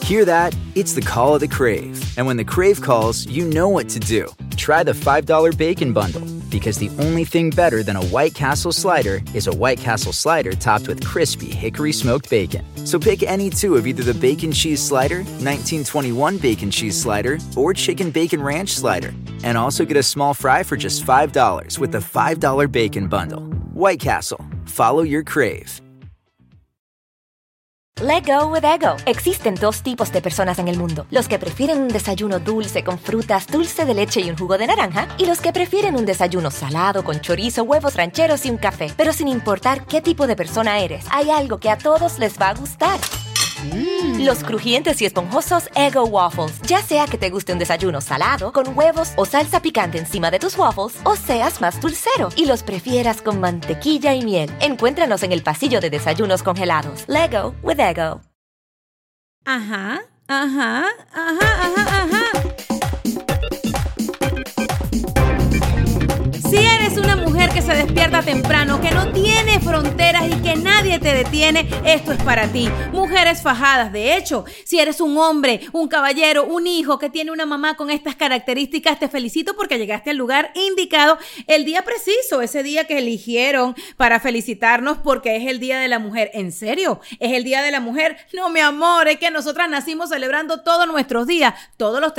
Hear that? It's the call of the Crave. And when the Crave calls, you know what to do. Try the $5 Bacon Bundle. Because the only thing better than a White Castle slider is a White Castle slider topped with crispy hickory smoked bacon. So pick any two of either the Bacon Cheese Slider, 1921 Bacon Cheese Slider, or Chicken Bacon Ranch Slider. And also get a small fry for just $5 with the $5 Bacon Bundle. White Castle. Follow your crave. Let go with ego. Existen dos tipos de personas en el mundo. Los que prefieren un desayuno dulce con frutas, dulce de leche y un jugo de naranja. Y los que prefieren un desayuno salado con chorizo, huevos rancheros y un café. Pero sin importar qué tipo de persona eres, hay algo que a todos les va a gustar. Los crujientes y esponjosos Eggo Waffles. Ya sea que te guste un desayuno salado, con huevos o salsa picante encima de tus waffles, o seas más dulcero y los prefieras con mantequilla y miel. Encuéntranos en el pasillo de desayunos congelados. Leggo with Eggo. Ajá. Si eres una mujer que se despierta temprano, que no tiene fronteras y que nadie te detiene, esto es para ti. Mujeres fajadas. De hecho, si eres un hombre, un caballero, un hijo que tiene una mamá con estas características, te felicito porque llegaste al lugar indicado, el día preciso, ese día que eligieron para felicitarnos porque es el Día de la Mujer. ¿En serio? ¿Es el Día de la Mujer? No, mi amor, es que nosotras nacimos celebrando todos nuestros días, todos los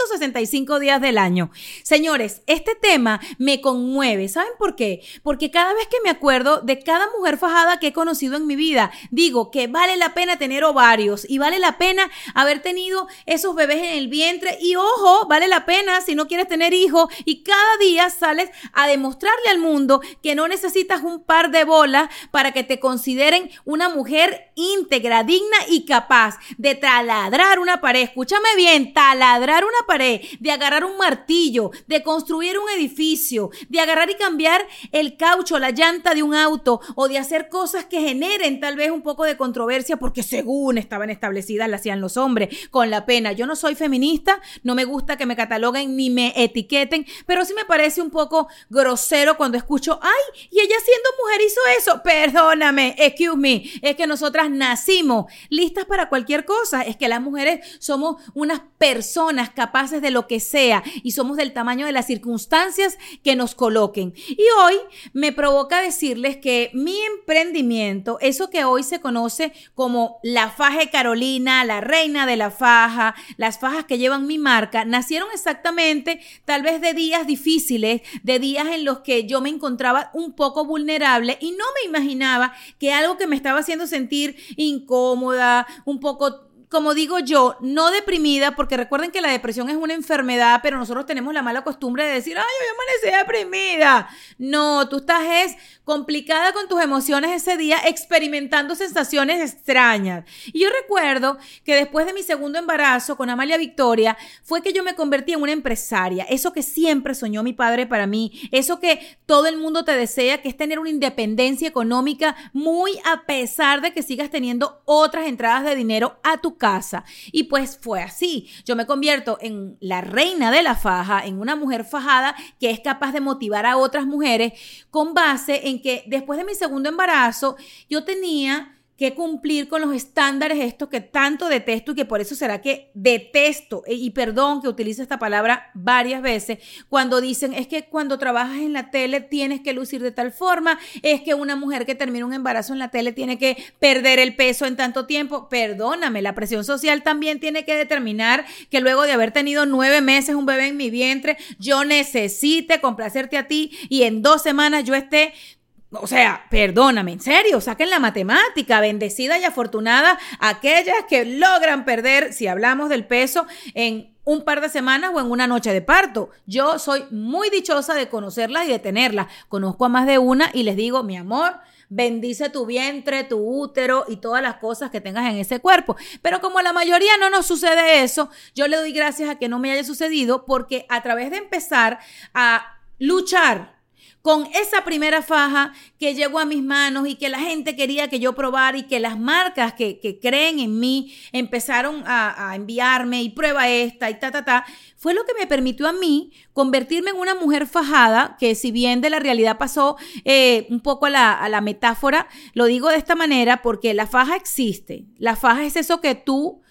365 días del año. Señores, este tema me conmueve. ¿Saben por qué? Porque cada vez que me acuerdo de cada mujer fajada que he conocido en mi vida, digo que vale la pena tener ovarios y vale la pena haber tenido esos bebés en el vientre y ojo, vale la pena si no quieres tener hijos y cada día sales a demostrarle al mundo que no necesitas un par de bolas para que te consideren una mujer íntegra, digna y capaz de taladrar una pared. Escúchame bien, taladrar una pared, de agarrar un martillo, de construir un edificio, de agarrar y cambiar el caucho, la llanta de un auto o de hacer cosas que generen tal vez un poco de controversia porque según estaban establecidas la hacían los hombres con la pena. Yo no soy feminista, no me gusta que me cataloguen ni me etiqueten, pero sí me parece un poco grosero cuando escucho, ay, y ella siendo mujer hizo eso. Perdóname, excuse me, es que nosotras nacimos listas para cualquier cosa, es que las mujeres somos unas personas capaces de lo que sea y somos del tamaño de las circunstancias que nos coloquen. Y hoy me provoca decirles que mi emprendimiento, eso que hoy se conoce como la faja de Carolina, la reina de la faja, las fajas que llevan mi marca, nacieron exactamente tal vez de días difíciles, de días en los que yo me encontraba un poco vulnerable y no me imaginaba que algo que me estaba haciendo sentir incómoda, un poco, como digo yo, no deprimida, porque recuerden que la depresión es una enfermedad, pero nosotros tenemos la mala costumbre de decir, ay, hoy amanecí deprimida. No, tú estás complicada con tus emociones ese día, experimentando sensaciones extrañas. Y yo recuerdo que después de mi segundo embarazo con Amalia Victoria, fue que yo me convertí en una empresaria. Eso que siempre soñó mi padre para mí, eso que todo el mundo te desea, que es tener una independencia económica muy a pesar de que sigas teniendo otras entradas de dinero a tu casa. Y pues fue así. Yo me convierto en la reina de la faja, en una mujer fajada que es capaz de motivar a otras mujeres con base en que después de mi segundo embarazo yo tenía que cumplir con los estándares estos que tanto detesto y que por eso será que detesto, y perdón que utilice esta palabra varias veces, cuando dicen es que cuando trabajas en la tele tienes que lucir de tal forma, es que una mujer que termina un embarazo en la tele tiene que perder el peso en tanto tiempo. Perdóname, la presión social también tiene que determinar que luego de haber tenido 9 meses un bebé en mi vientre, yo necesite complacerte a ti y en 2 semanas yo esté... O sea, perdóname, en serio, saquen la matemática, bendecida y afortunada aquellas que logran perder, si hablamos del peso, en un par de semanas o en una noche de parto. Yo soy muy dichosa de conocerlas y de tenerlas. Conozco a más de una y les digo, mi amor, bendice tu vientre, tu útero y todas las cosas que tengas en ese cuerpo. Pero como a la mayoría no nos sucede eso, yo le doy gracias a que no me haya sucedido porque a través de empezar a luchar con esa primera faja que llegó a mis manos y que la gente quería que yo probara y que las marcas que creen en mí empezaron a enviarme y prueba esta y fue lo que me permitió a mí convertirme en una mujer fajada, que si bien de la realidad pasó un poco a la metáfora, lo digo de esta manera porque la faja existe. La faja es eso que tú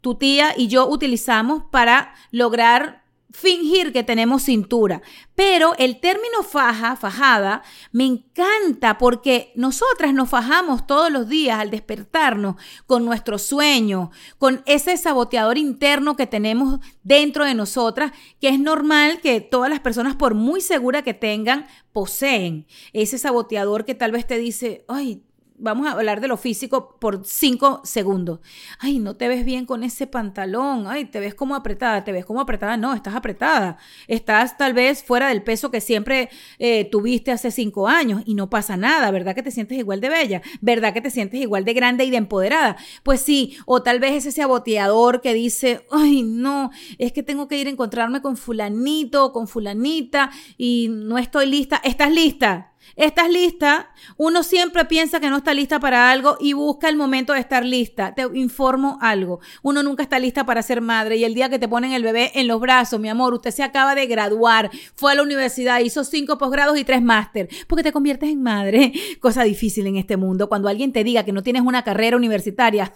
tu tía y yo utilizamos para lograr fingir que tenemos cintura. Pero el término fajada, me encanta porque nosotras nos fajamos todos los días al despertarnos con nuestro sueño, con ese saboteador interno que tenemos dentro de nosotras, que es normal que todas las personas, por muy segura que tengan, poseen. Ese saboteador que tal vez te dice, ay, vamos a hablar de lo físico por 5 segundos. Ay, no te ves bien con ese pantalón. Ay, te ves como apretada. ¿Te ves como apretada? No, estás apretada. Estás tal vez fuera del peso que siempre tuviste hace 5 años y no pasa nada. ¿Verdad que te sientes igual de bella? ¿Verdad que te sientes igual de grande y de empoderada? Pues sí. O tal vez ese saboteador que dice, ay, no, es que tengo que ir a encontrarme con fulanito o con fulanita y no estoy lista. ¿Estás lista? ¿Estás lista? Uno siempre piensa que no está lista para algo y busca el momento de estar lista. Te informo algo. Uno nunca está lista para ser madre y el día que te ponen el bebé en los brazos, mi amor, usted se acaba de graduar, fue a la universidad, hizo 5 posgrados y 3 máster, porque te conviertes en madre. Cosa difícil en este mundo. Cuando alguien te diga que no tienes una carrera universitaria,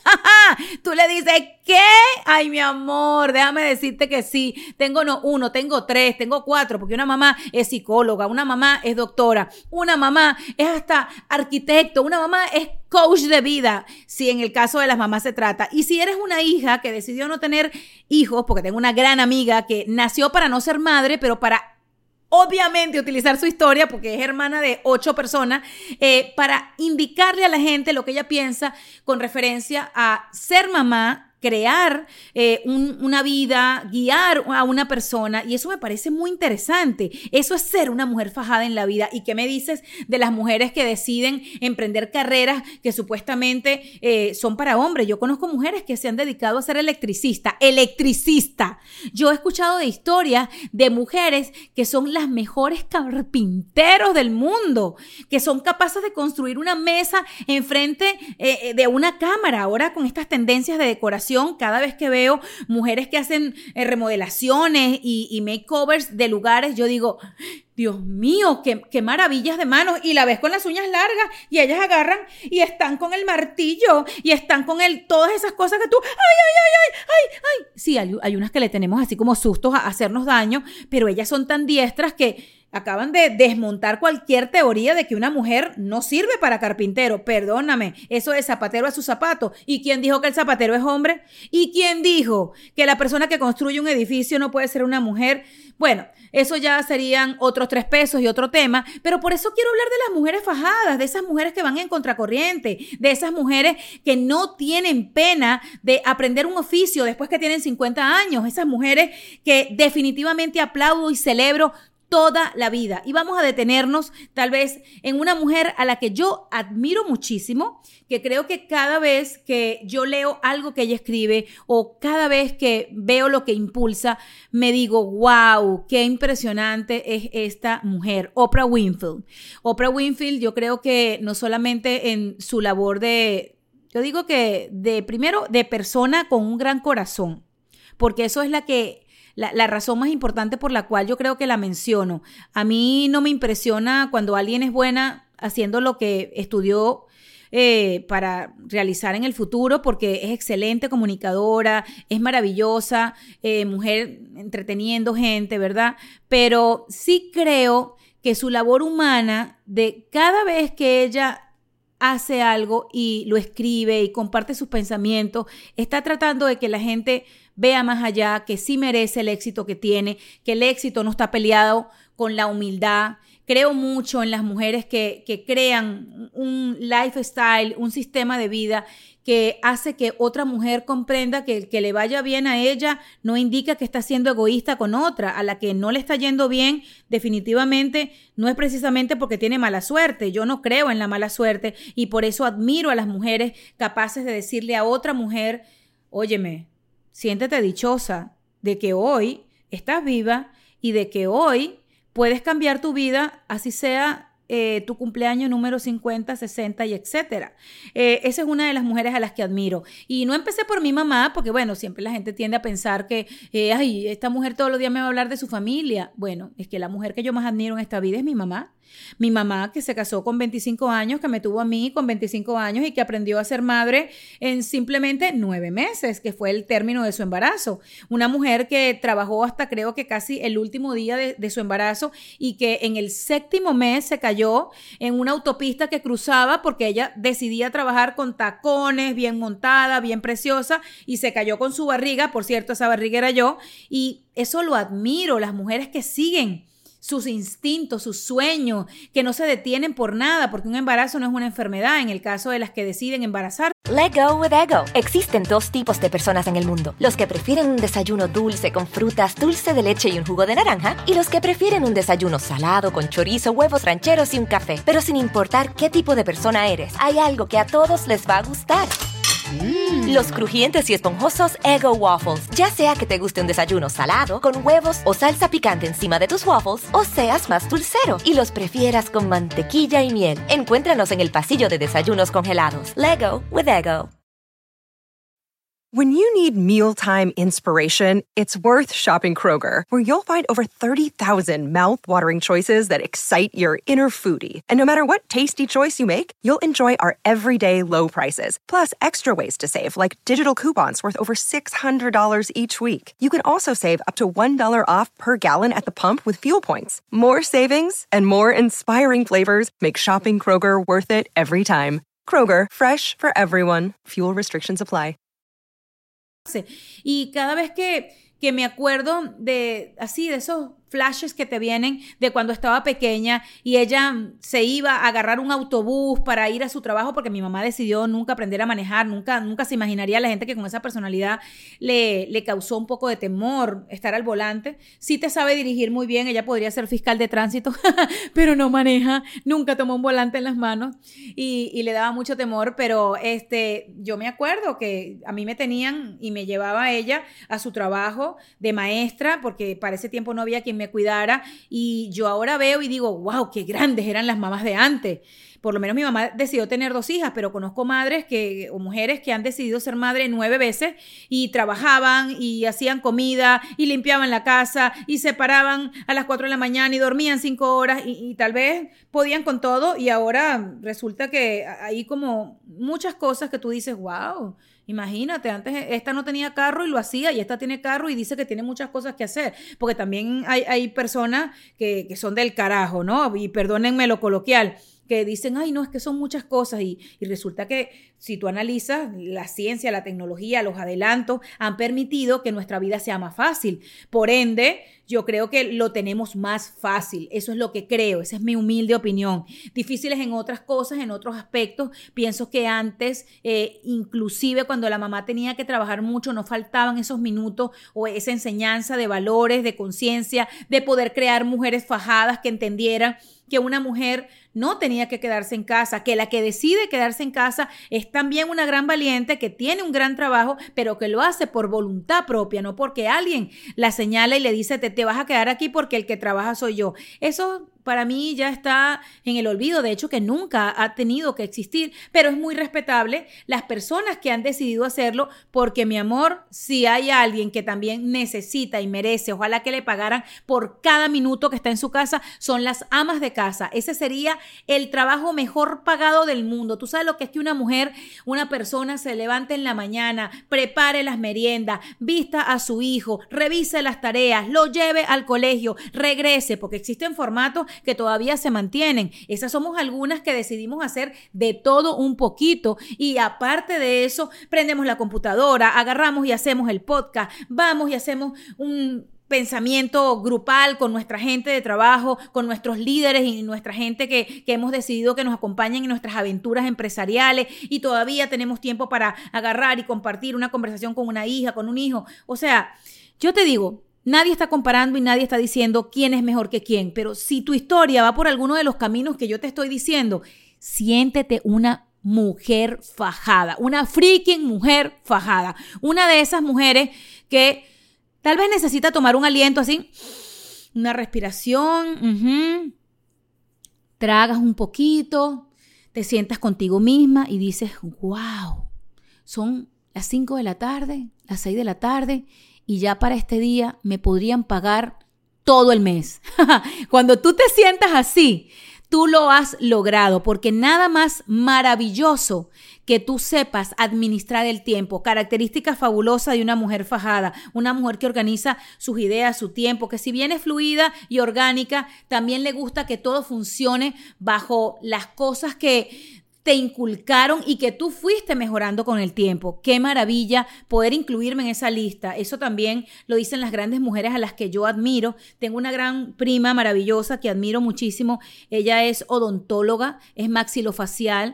tú le dices, ¿qué? Ay, mi amor, déjame decirte que sí. Tengo no 1, tengo 3, tengo 4, porque una mamá es psicóloga, una mamá es doctora, una mamá es hasta arquitecto, una mamá es coach de vida, si en el caso de las mamás se trata. Y si eres una hija que decidió no tener hijos, porque tengo una gran amiga que nació para no ser madre, pero para obviamente utilizar su historia, porque es hermana de 8 personas, para indicarle a la gente lo que ella piensa con referencia a ser mamá, crear una vida, guiar a una persona, y eso me parece muy interesante. Eso es ser una mujer fajada en la vida. ¿Y qué me dices de las mujeres que deciden emprender carreras que supuestamente son para hombres? Yo conozco mujeres que se han dedicado a ser electricista. Yo he escuchado de historias de mujeres que son las mejores carpinteros del mundo, que son capaces de construir una mesa enfrente de una cámara. Ahora con estas tendencias de decoración, cada vez que veo mujeres que hacen remodelaciones y makeovers de lugares, yo digo, Dios mío, qué maravillas de manos. Y la ves con las uñas largas y ellas agarran y están con el martillo y están con todas esas cosas que tú, ay. Sí, hay unas que le tenemos así como sustos a hacernos daño, pero ellas son tan diestras que acaban de desmontar cualquier teoría de que una mujer no sirve para carpintero. Perdóname, eso de zapatero a su zapato. ¿Y quién dijo que el zapatero es hombre? ¿Y quién dijo que la persona que construye un edificio no puede ser una mujer? Bueno, eso ya serían otros 3 pesos y otro tema, pero por eso quiero hablar de las mujeres fajadas, de esas mujeres que van en contracorriente, de esas mujeres que no tienen pena de aprender un oficio después que tienen 50 años, esas mujeres que definitivamente aplaudo y celebro toda la vida. Y vamos a detenernos tal vez en una mujer a la que yo admiro muchísimo, que creo que cada vez que yo leo algo que ella escribe o cada vez que veo lo que impulsa, me digo, wow, qué impresionante es esta mujer, Oprah Winfrey. Oprah Winfrey, yo creo que no solamente en su labor yo digo que primero de persona con un gran corazón, porque eso es la razón más importante por la cual yo creo que la menciono. A mí no me impresiona cuando alguien es buena haciendo lo que estudió para realizar en el futuro, porque es excelente comunicadora, es maravillosa, mujer entreteniendo gente, ¿verdad? Pero sí creo que su labor humana, de cada vez que ella hace algo y lo escribe y comparte sus pensamientos, está tratando de que la gente vea más allá, que sí merece el éxito que tiene, que el éxito no está peleado con la humildad. Creo mucho en las mujeres que crean un lifestyle, un sistema de vida que hace que otra mujer comprenda que el que le vaya bien a ella no indica que está siendo egoísta con otra. A la que no le está yendo bien, definitivamente no es precisamente porque tiene mala suerte. Yo no creo en la mala suerte y por eso admiro a las mujeres capaces de decirle a otra mujer, óyeme, siéntete dichosa de que hoy estás viva y de que hoy puedes cambiar tu vida, así sea tu cumpleaños número 50, 60 y etcétera. Esa es una de las mujeres a las que admiro. Y no empecé por mi mamá, porque bueno, siempre la gente tiende a pensar que, ay, esta mujer todos los días me va a hablar de su familia. Bueno, es que la mujer que yo más admiro en esta vida es mi mamá. Mi mamá, que se casó con 25 años, que me tuvo a mí con 25 años y que aprendió a ser madre en simplemente 9 meses, que fue el término de su embarazo. Una mujer que trabajó hasta creo que casi el último día de su embarazo y que en el 7º mes se cayó en una autopista que cruzaba porque ella decidía trabajar con tacones, bien montada, bien preciosa, y se cayó con su barriga. Por cierto, esa barriga era yo, y eso lo admiro, las mujeres que siguen sus instintos, sus sueños, que no se detienen por nada, porque un embarazo no es una enfermedad en el caso de las que deciden embarazar. Let go with ego. Existen 2 tipos de personas en el mundo. Los que prefieren un desayuno dulce con frutas, dulce de leche y un jugo de naranja. Y los que prefieren un desayuno salado con chorizo, huevos rancheros y un café. Pero sin importar qué tipo de persona eres, hay algo que a todos les va a gustar. Los crujientes y esponjosos Eggo Waffles. Ya sea que te guste un desayuno salado, con huevos o salsa picante encima de tus waffles, o seas más dulcero y los prefieras con mantequilla y miel. Encuéntranos en el pasillo de desayunos congelados. Leggo with Eggo. When you need mealtime inspiration, it's worth shopping Kroger, where you'll find over 30,000 mouth-watering choices that excite your inner foodie. And no matter what tasty choice you make, you'll enjoy our everyday low prices, plus extra ways to save, like digital coupons worth over $600 each week. You can also save up to $1 off per gallon at the pump with fuel points. More savings and more inspiring flavors make shopping Kroger worth it every time. Kroger, fresh for everyone. Fuel restrictions apply. Y cada vez que me acuerdo de esos flashes que te vienen de cuando estaba pequeña y ella se iba a agarrar un autobús para ir a su trabajo, porque mi mamá decidió nunca aprender a manejar, nunca se imaginaría la gente que con esa personalidad le causó un poco de temor estar al volante. Sí te sabe dirigir muy bien, ella podría ser fiscal de tránsito, pero no maneja, nunca tomó un volante en las manos y le daba mucho temor, pero yo me acuerdo que a mí me tenían y me llevaba ella a su trabajo de maestra, porque para ese tiempo no había quien me cuidara, y yo ahora veo y digo, wow, qué grandes eran las mamás de antes. Por lo menos mi mamá decidió tener 2 hijas, pero conozco madres o mujeres que han decidido ser madre 9 veces y trabajaban y hacían comida y limpiaban la casa y se paraban a las 4 de la mañana y dormían 5 horas y tal vez podían con todo, y ahora resulta que hay como muchas cosas que tú dices, wow, imagínate, antes esta no tenía carro y lo hacía, y esta tiene carro y dice que tiene muchas cosas que hacer, porque también hay personas que son del carajo, ¿no? Y perdónenme lo coloquial, que dicen, ay, no, es que son muchas cosas, y resulta que si tú analizas, la ciencia, la tecnología, los adelantos han permitido que nuestra vida sea más fácil. Por ende, yo creo que lo tenemos más fácil. Eso es lo que creo, esa es mi humilde opinión. Difíciles en otras cosas, en otros aspectos. Pienso que antes, inclusive cuando la mamá tenía que trabajar mucho, no faltaban esos minutos o esa enseñanza de valores, de conciencia, de poder crear mujeres fajadas que entendieran que una mujer no tenía que quedarse en casa, que la que decide quedarse en casa es también una gran valiente, que tiene un gran trabajo, pero que lo hace por voluntad propia, no porque alguien la señala y le dice, te vas a quedar aquí porque el que trabaja soy yo. Eso para mí ya está en el olvido, de hecho que nunca ha tenido que existir, pero es muy respetable las personas que han decidido hacerlo, porque mi amor, si hay alguien que también necesita y merece, ojalá que le pagaran por cada minuto que está en su casa, son las amas de casa. Ese sería el trabajo mejor pagado del mundo. Tú sabes lo que es que una mujer, una persona se levante en la mañana, prepare las meriendas, vista a su hijo, revise las tareas, lo lleve al colegio, regrese, porque existen formatos que todavía se mantienen. Esas somos algunas que decidimos hacer de todo un poquito, y aparte de eso, prendemos la computadora, agarramos y hacemos el podcast, vamos y hacemos un pensamiento grupal con nuestra gente de trabajo, con nuestros líderes y nuestra gente que hemos decidido que nos acompañen en nuestras aventuras empresariales, y todavía tenemos tiempo para agarrar y compartir una conversación con una hija, con un hijo. O sea, yo te digo, nadie está comparando y nadie está diciendo quién es mejor que quién, pero si tu historia va por alguno de los caminos que yo te estoy diciendo, siéntete una mujer fajada, una freaking mujer fajada, una de esas mujeres que tal vez necesita tomar un aliento así, una respiración, tragas un poquito, te sientas contigo misma y dices, wow, son las 5 de la tarde, las 6 de la tarde y ya para este día me podrían pagar todo el mes. Cuando tú te sientas así, tú lo has logrado, porque nada más maravilloso que tú sepas administrar el tiempo. Característica fabulosa de una mujer fajada, una mujer que organiza sus ideas, su tiempo, que si bien es fluida y orgánica, también le gusta que todo funcione bajo las cosas que te inculcaron y que tú fuiste mejorando con el tiempo. Qué maravilla poder incluirme en esa lista. Eso también lo dicen las grandes mujeres a las que yo admiro. Tengo una gran prima maravillosa que admiro muchísimo. Ella es odontóloga, es maxilofacial.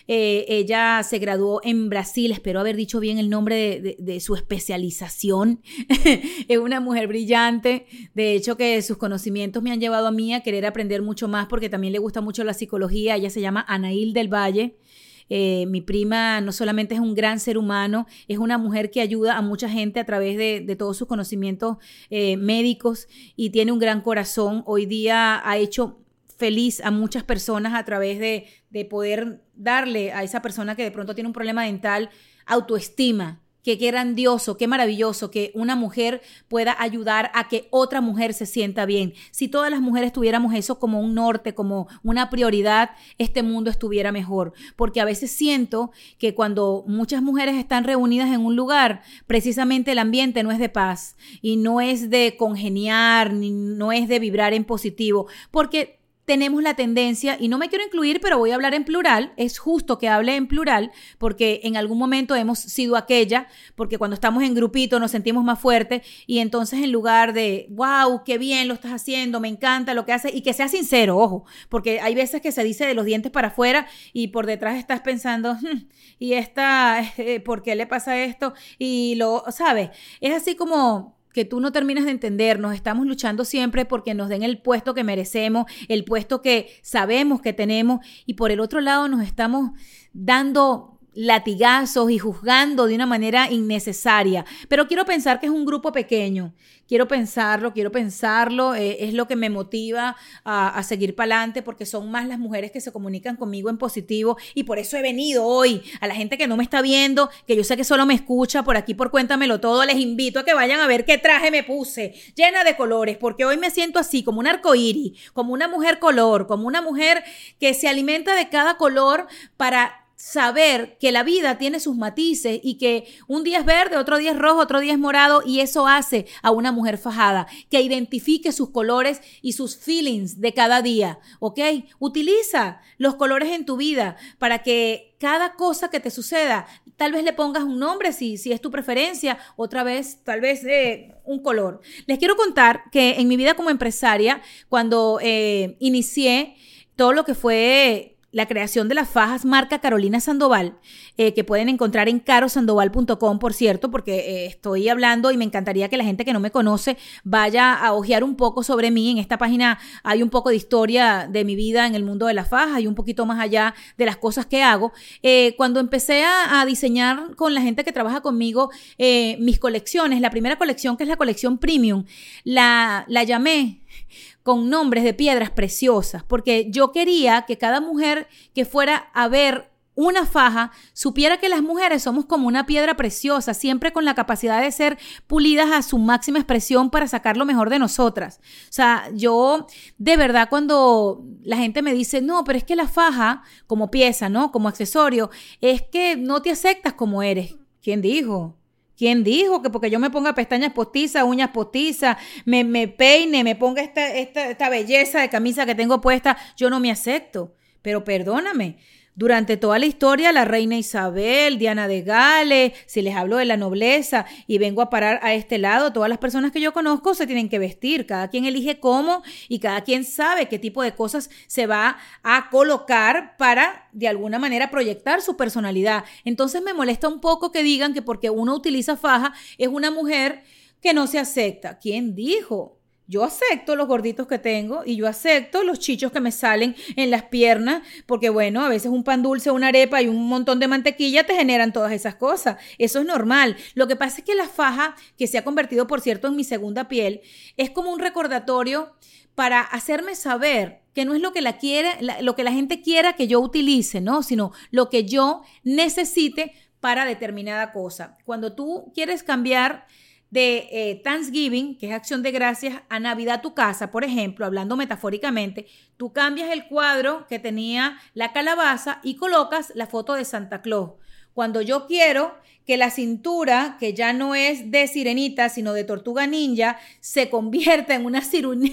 Ella se graduó en Brasil, espero haber dicho bien el nombre de su especialización. Es una mujer brillante, de hecho que sus conocimientos me han llevado a mí a querer aprender mucho más porque también le gusta mucho la psicología. Ella se llama Anaíl del Valle. Mi prima no solamente es un gran ser humano, es una mujer que ayuda a mucha gente a través de todos sus conocimientos médicos y tiene un gran corazón. Hoy día ha hecho feliz a muchas personas a través de poder darle a esa persona que de pronto tiene un problema dental autoestima. Qué grandioso, qué maravilloso que una mujer pueda ayudar a que otra mujer se sienta bien. Si todas las mujeres tuviéramos eso como un norte, como una prioridad, este mundo estuviera mejor. Porque a veces siento que cuando muchas mujeres están reunidas en un lugar, precisamente el ambiente no es de paz y no es de congeniar, ni no es de vibrar en positivo. Porque tenemos la tendencia, y no me quiero incluir, pero voy a hablar en plural, es justo que hable en plural, porque en algún momento hemos sido aquella, porque cuando estamos en grupito nos sentimos más fuertes, y entonces en lugar de, wow, qué bien lo estás haciendo, me encanta lo que haces, y que sea sincero, ojo, porque hay veces que se dice de los dientes para afuera, y por detrás estás pensando, y esta, ¿por qué le pasa esto? Y lo, ¿sabes? Es así como que tú no terminas de entender. Nos estamos luchando siempre porque nos den el puesto que merecemos, el puesto que sabemos que tenemos, y por el otro lado nos estamos dando latigazos y juzgando de una manera innecesaria. Pero quiero pensar que es un grupo pequeño. Quiero pensarlo, es lo que me motiva a seguir para adelante, porque son más las mujeres que se comunican conmigo en positivo, y por eso he venido hoy. A la gente que no me está viendo, que yo sé que solo me escucha por aquí por Cuéntamelo Todo, les invito a que vayan a ver qué traje me puse, llena de colores, porque hoy me siento así, como un arcoíris, como una mujer color, como una mujer que se alimenta de cada color para saber que la vida tiene sus matices y que un día es verde, otro día es rojo, otro día es morado, y eso hace a una mujer fajada, que identifique sus colores y sus feelings de cada día, ¿ok? Utiliza los colores en tu vida para que cada cosa que te suceda, tal vez le pongas un nombre si es tu preferencia, otra vez tal vez un color. Les quiero contar que en mi vida como empresaria, cuando inicié todo lo que fue la creación de las fajas marca Carolina Sandoval, que pueden encontrar en carosandoval.com, por cierto, porque estoy hablando y me encantaría que la gente que no me conoce vaya a ojear un poco sobre mí. En esta página hay un poco de historia de mi vida en el mundo de las fajas y un poquito más allá de las cosas que hago. Cuando empecé a diseñar con la gente que trabaja conmigo mis colecciones, la primera colección, que es la colección Premium, la llamé con nombres de piedras preciosas, porque yo quería que cada mujer que fuera a ver una faja supiera que las mujeres somos como una piedra preciosa, siempre con la capacidad de ser pulidas a su máxima expresión para sacar lo mejor de nosotras. O sea, yo de verdad, cuando la gente me dice, no, pero es que la faja como pieza, ¿no? Como accesorio, es que no te aceptas como eres. ¿Quién dijo? ¿Quién dijo que porque yo me ponga pestañas postizas, uñas postizas, me peine, me ponga esta belleza de camisa que tengo puesta, yo no me acepto? Pero perdóname, durante toda la historia, la reina Isabel, Diana de Gales, si les hablo de la nobleza y vengo a parar a este lado, todas las personas que yo conozco se tienen que vestir. Cada quien elige cómo y cada quien sabe qué tipo de cosas se va a colocar para, de alguna manera, proyectar su personalidad. Entonces me molesta un poco que digan que porque uno utiliza faja es una mujer que no se acepta. ¿Quién dijo? Yo acepto los gorditos que tengo y yo acepto los chichos que me salen en las piernas, porque bueno, a veces un pan dulce, una arepa y un montón de mantequilla te generan todas esas cosas. Eso es normal. Lo que pasa es que la faja, que se ha convertido, por cierto, en mi segunda piel, es como un recordatorio para hacerme saber que no es lo que lo que la gente quiera que yo utilice, ¿no? Sino lo que yo necesite para determinada cosa. Cuando tú quieres cambiar de Thanksgiving, que es acción de gracias, a Navidad tu casa, por ejemplo, hablando metafóricamente, tú cambias el cuadro que tenía la calabaza y colocas la foto de Santa Claus. Cuando yo quiero que la cintura, que ya no es de sirenita, sino de tortuga ninja, se convierta en una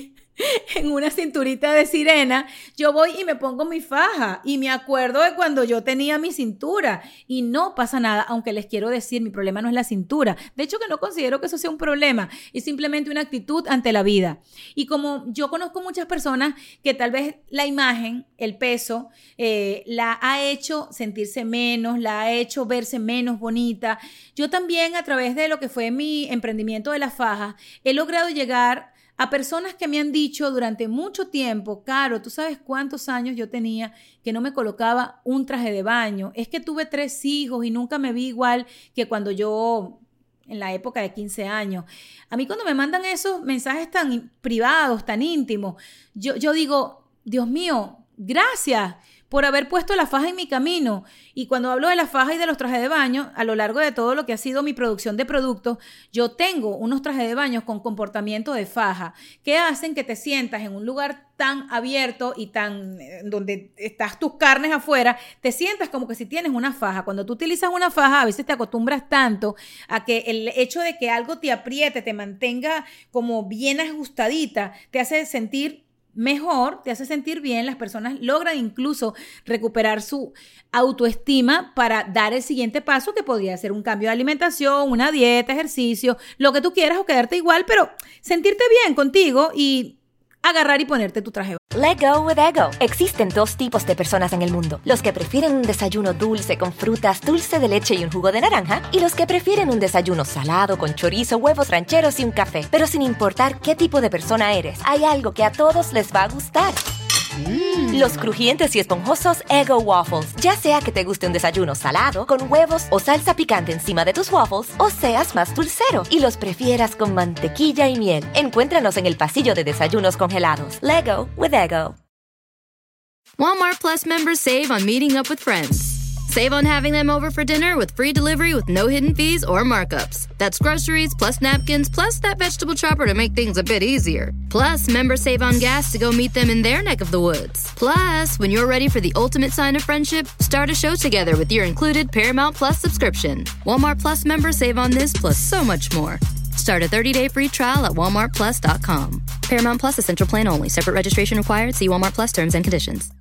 cinturita de sirena, yo voy y me pongo mi faja y me acuerdo de cuando yo tenía mi cintura y no pasa nada, aunque les quiero decir, mi problema no es la cintura. De hecho, que no considero que eso sea un problema, es simplemente una actitud ante la vida. Y como yo conozco muchas personas que tal vez la imagen, el peso, la ha hecho sentirse menos, la ha hecho verse menos bonita, yo también, a través de lo que fue mi emprendimiento de las fajas, he logrado llegar a personas que me han dicho durante mucho tiempo: Caro, ¿tú sabes cuántos años yo tenía que no me colocaba un traje de baño? Es que tuve 3 hijos y nunca me vi igual que cuando yo, en la época de 15 años. A mí, cuando me mandan esos mensajes tan privados, tan íntimos, yo digo, Dios mío, gracias por haber puesto la faja en mi camino. Y cuando hablo de la faja y de los trajes de baño, a lo largo de todo lo que ha sido mi producción de productos, yo tengo unos trajes de baño con comportamiento de faja que hacen que te sientas en un lugar tan abierto y tan donde estás tus carnes afuera, te sientas como que si tienes una faja. Cuando tú utilizas una faja, a veces te acostumbras tanto a que el hecho de que algo te apriete, te mantenga como bien ajustadita, te hace sentir mejor, te hace sentir bien. Las personas logran incluso recuperar su autoestima para dar el siguiente paso, que podría ser un cambio de alimentación, una dieta, ejercicio, lo que tú quieras, o quedarte igual, pero sentirte bien contigo y agarrar y ponerte tu traje. Let go with ego. Existen 2 tipos de personas en el mundo: los que prefieren un desayuno dulce con frutas, dulce de leche y un jugo de naranja, y los que prefieren un desayuno salado con chorizo, huevos rancheros y un café. Pero sin importar qué tipo de persona eres, hay algo que a todos les va a gustar. Los crujientes y esponjosos Eggo Waffles. Ya sea que te guste un desayuno salado, con huevos o salsa picante encima de tus waffles, o seas más dulcero y los prefieras con mantequilla y miel. Encuéntranos en el pasillo de desayunos congelados. Lego with Eggo. Walmart Plus members save on meeting up with friends. Save on having them over for dinner with free delivery with no hidden fees or markups. That's groceries, plus napkins, plus that vegetable chopper to make things a bit easier. Plus, members save on gas to go meet them in their neck of the woods. Plus, when you're ready for the ultimate sign of friendship, start a show together with your included Paramount Plus subscription. Walmart Plus members save on this plus so much more. Start a 30-day free trial at walmartplus.com. Paramount Plus Essential Plan only. Separate registration required. See Walmart Plus terms and conditions.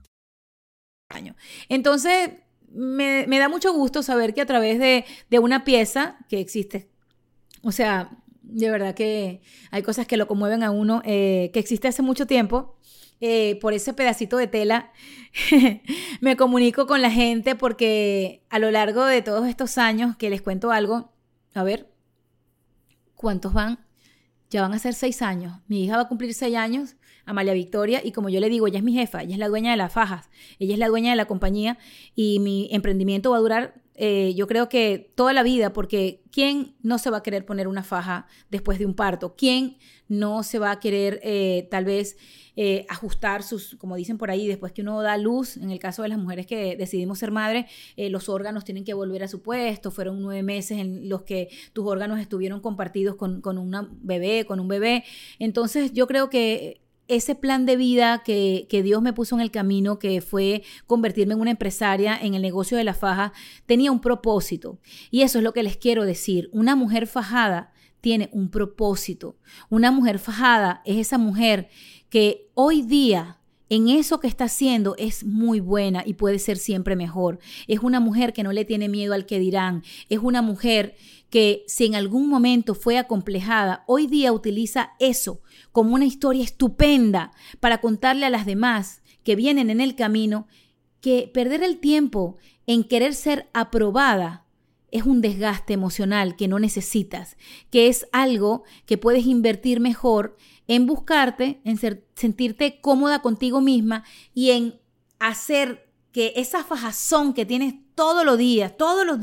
Entonces, me da mucho gusto saber que a través de una pieza que existe, o sea, de verdad que hay cosas que lo conmueven a uno, que existe hace mucho tiempo, por ese pedacito de tela me comunico con la gente, porque a lo largo de todos estos años, que les cuento algo, a ver, ¿cuántos van? Ya van a ser 6 años. Mi hija va a cumplir 6 años, Amalia Victoria, y como yo le digo, ella es mi jefa, ella es la dueña de las fajas, ella es la dueña de la compañía, y mi emprendimiento va a durar, yo creo que toda la vida, porque ¿quién no se va a querer poner una faja después de un parto? ¿Quién no se va a querer tal vez ajustar sus, como dicen por ahí, después que uno da luz? En el caso de las mujeres que decidimos ser madres, los órganos tienen que volver a su puesto. Fueron 9 meses en los que tus órganos estuvieron compartidos con un bebé. Entonces yo creo que ese plan de vida que Dios me puso en el camino, que fue convertirme en una empresaria en el negocio de la faja, tenía un propósito. Y eso es lo que les quiero decir. Una mujer fajada tiene un propósito. Una mujer fajada es esa mujer que hoy día, en eso que está haciendo, es muy buena y puede ser siempre mejor. Es una mujer que no le tiene miedo al que dirán. Es una mujer que, si en algún momento fue acomplejada, hoy día utiliza eso como una historia estupenda para contarle a las demás que vienen en el camino que perder el tiempo en querer ser aprobada es un desgaste emocional que no necesitas, que es algo que puedes invertir mejor en buscarte, en sentirte cómoda contigo misma y en hacer que esa fajazón que tienes todos los días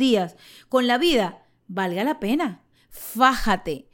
con la vida, valga la pena. Fájate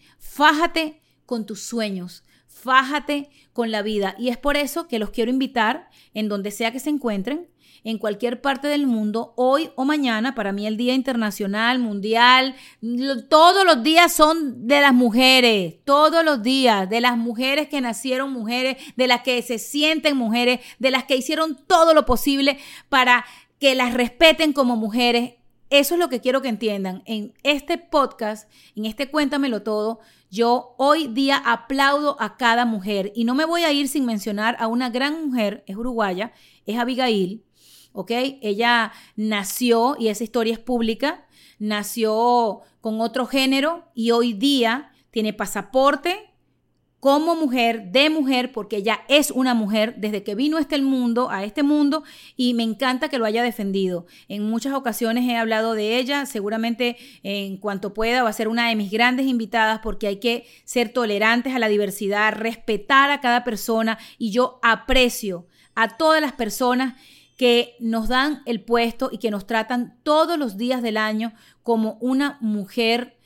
con tus sueños, fájate con la vida. Y es por eso que los quiero invitar en donde sea que se encuentren, en cualquier parte del mundo, hoy o mañana. Para mí el Día Internacional, Mundial, todos los días son de las mujeres, todos los días, de las mujeres que nacieron mujeres, de las que se sienten mujeres, de las que hicieron todo lo posible para que las respeten como mujeres. Eso es lo que quiero que entiendan. En este podcast, en este Cuéntamelo Todo, yo hoy día aplaudo a cada mujer y no me voy a ir sin mencionar a una gran mujer, es uruguaya, es Abigail. ¿Ok? Ella nació, y esa historia es pública, nació con otro género y hoy día tiene pasaporte como mujer, de mujer, porque ella es una mujer desde que vino a este mundo, y me encanta que lo haya defendido. En muchas ocasiones he hablado de ella, seguramente en cuanto pueda va a ser una de mis grandes invitadas, porque hay que ser tolerantes a la diversidad, respetar a cada persona, y yo aprecio a todas las personas que nos dan el puesto y que nos tratan todos los días del año como una mujer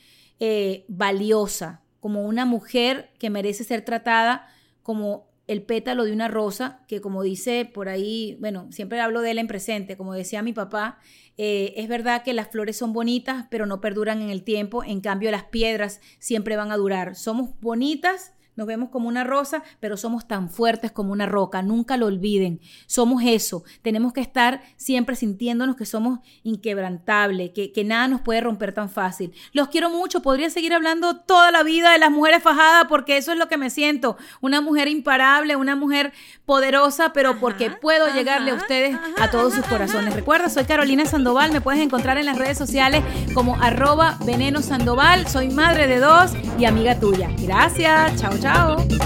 valiosa, como una mujer que merece ser tratada como el pétalo de una rosa, que como dice por ahí, bueno, siempre hablo de él en presente, como decía mi papá, es verdad que las flores son bonitas, pero no perduran en el tiempo, en cambio las piedras siempre van a durar. Somos bonitas, nos vemos como una rosa, pero somos tan fuertes como una roca. Nunca lo olviden. Somos eso. Tenemos que estar siempre sintiéndonos que somos inquebrantables, que nada nos puede romper tan fácil. Los quiero mucho. Podría seguir hablando toda la vida de las mujeres fajadas, porque eso es lo que me siento. Una mujer imparable, una mujer poderosa, pero porque puedo llegarle a ustedes a todos sus corazones. Recuerda, soy Carolina Sandoval. Me puedes encontrar en las redes sociales como @venenosandoval. Soy madre de 2 y amiga tuya. Gracias. Chao, chao.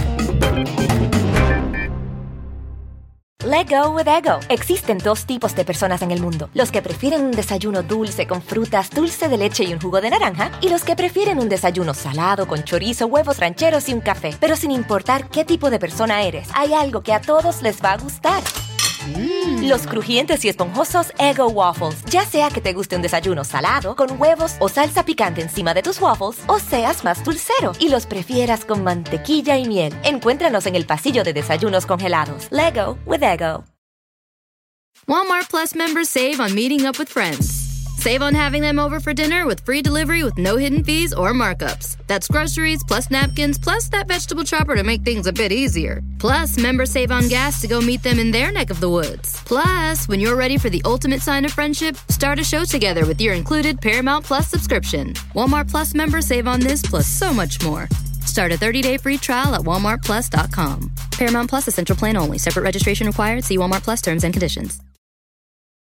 Let go with ego. Existen dos tipos de personas en el mundo. Los que prefieren un desayuno dulce con frutas, dulce de leche y un jugo de naranja. Y los que prefieren un desayuno salado con chorizo, huevos rancheros y un café. Pero sin importar qué tipo de persona eres, hay algo que a todos les va a gustar. Los crujientes y esponjosos Eggo Waffles. Ya sea que te guste un desayuno salado, con huevos o salsa picante encima de tus waffles, o seas más dulcero y los prefieras con mantequilla y miel. Encuéntranos en el pasillo de desayunos congelados. Leggo with Eggo. Walmart Plus members save on meeting up with friends. Save on having them over for dinner with free delivery with no hidden fees or markups. That's groceries, plus napkins, plus that vegetable chopper to make things a bit easier. Plus, members save on gas to go meet them in their neck of the woods. Plus, when you're ready for the ultimate sign of friendship, start a show together with your included Paramount Plus subscription. Walmart Plus members save on this plus so much more. Start a 30-day free trial at walmartplus.com. Paramount Plus Essential Plan only. Separate registration required. See Walmart Plus terms and conditions.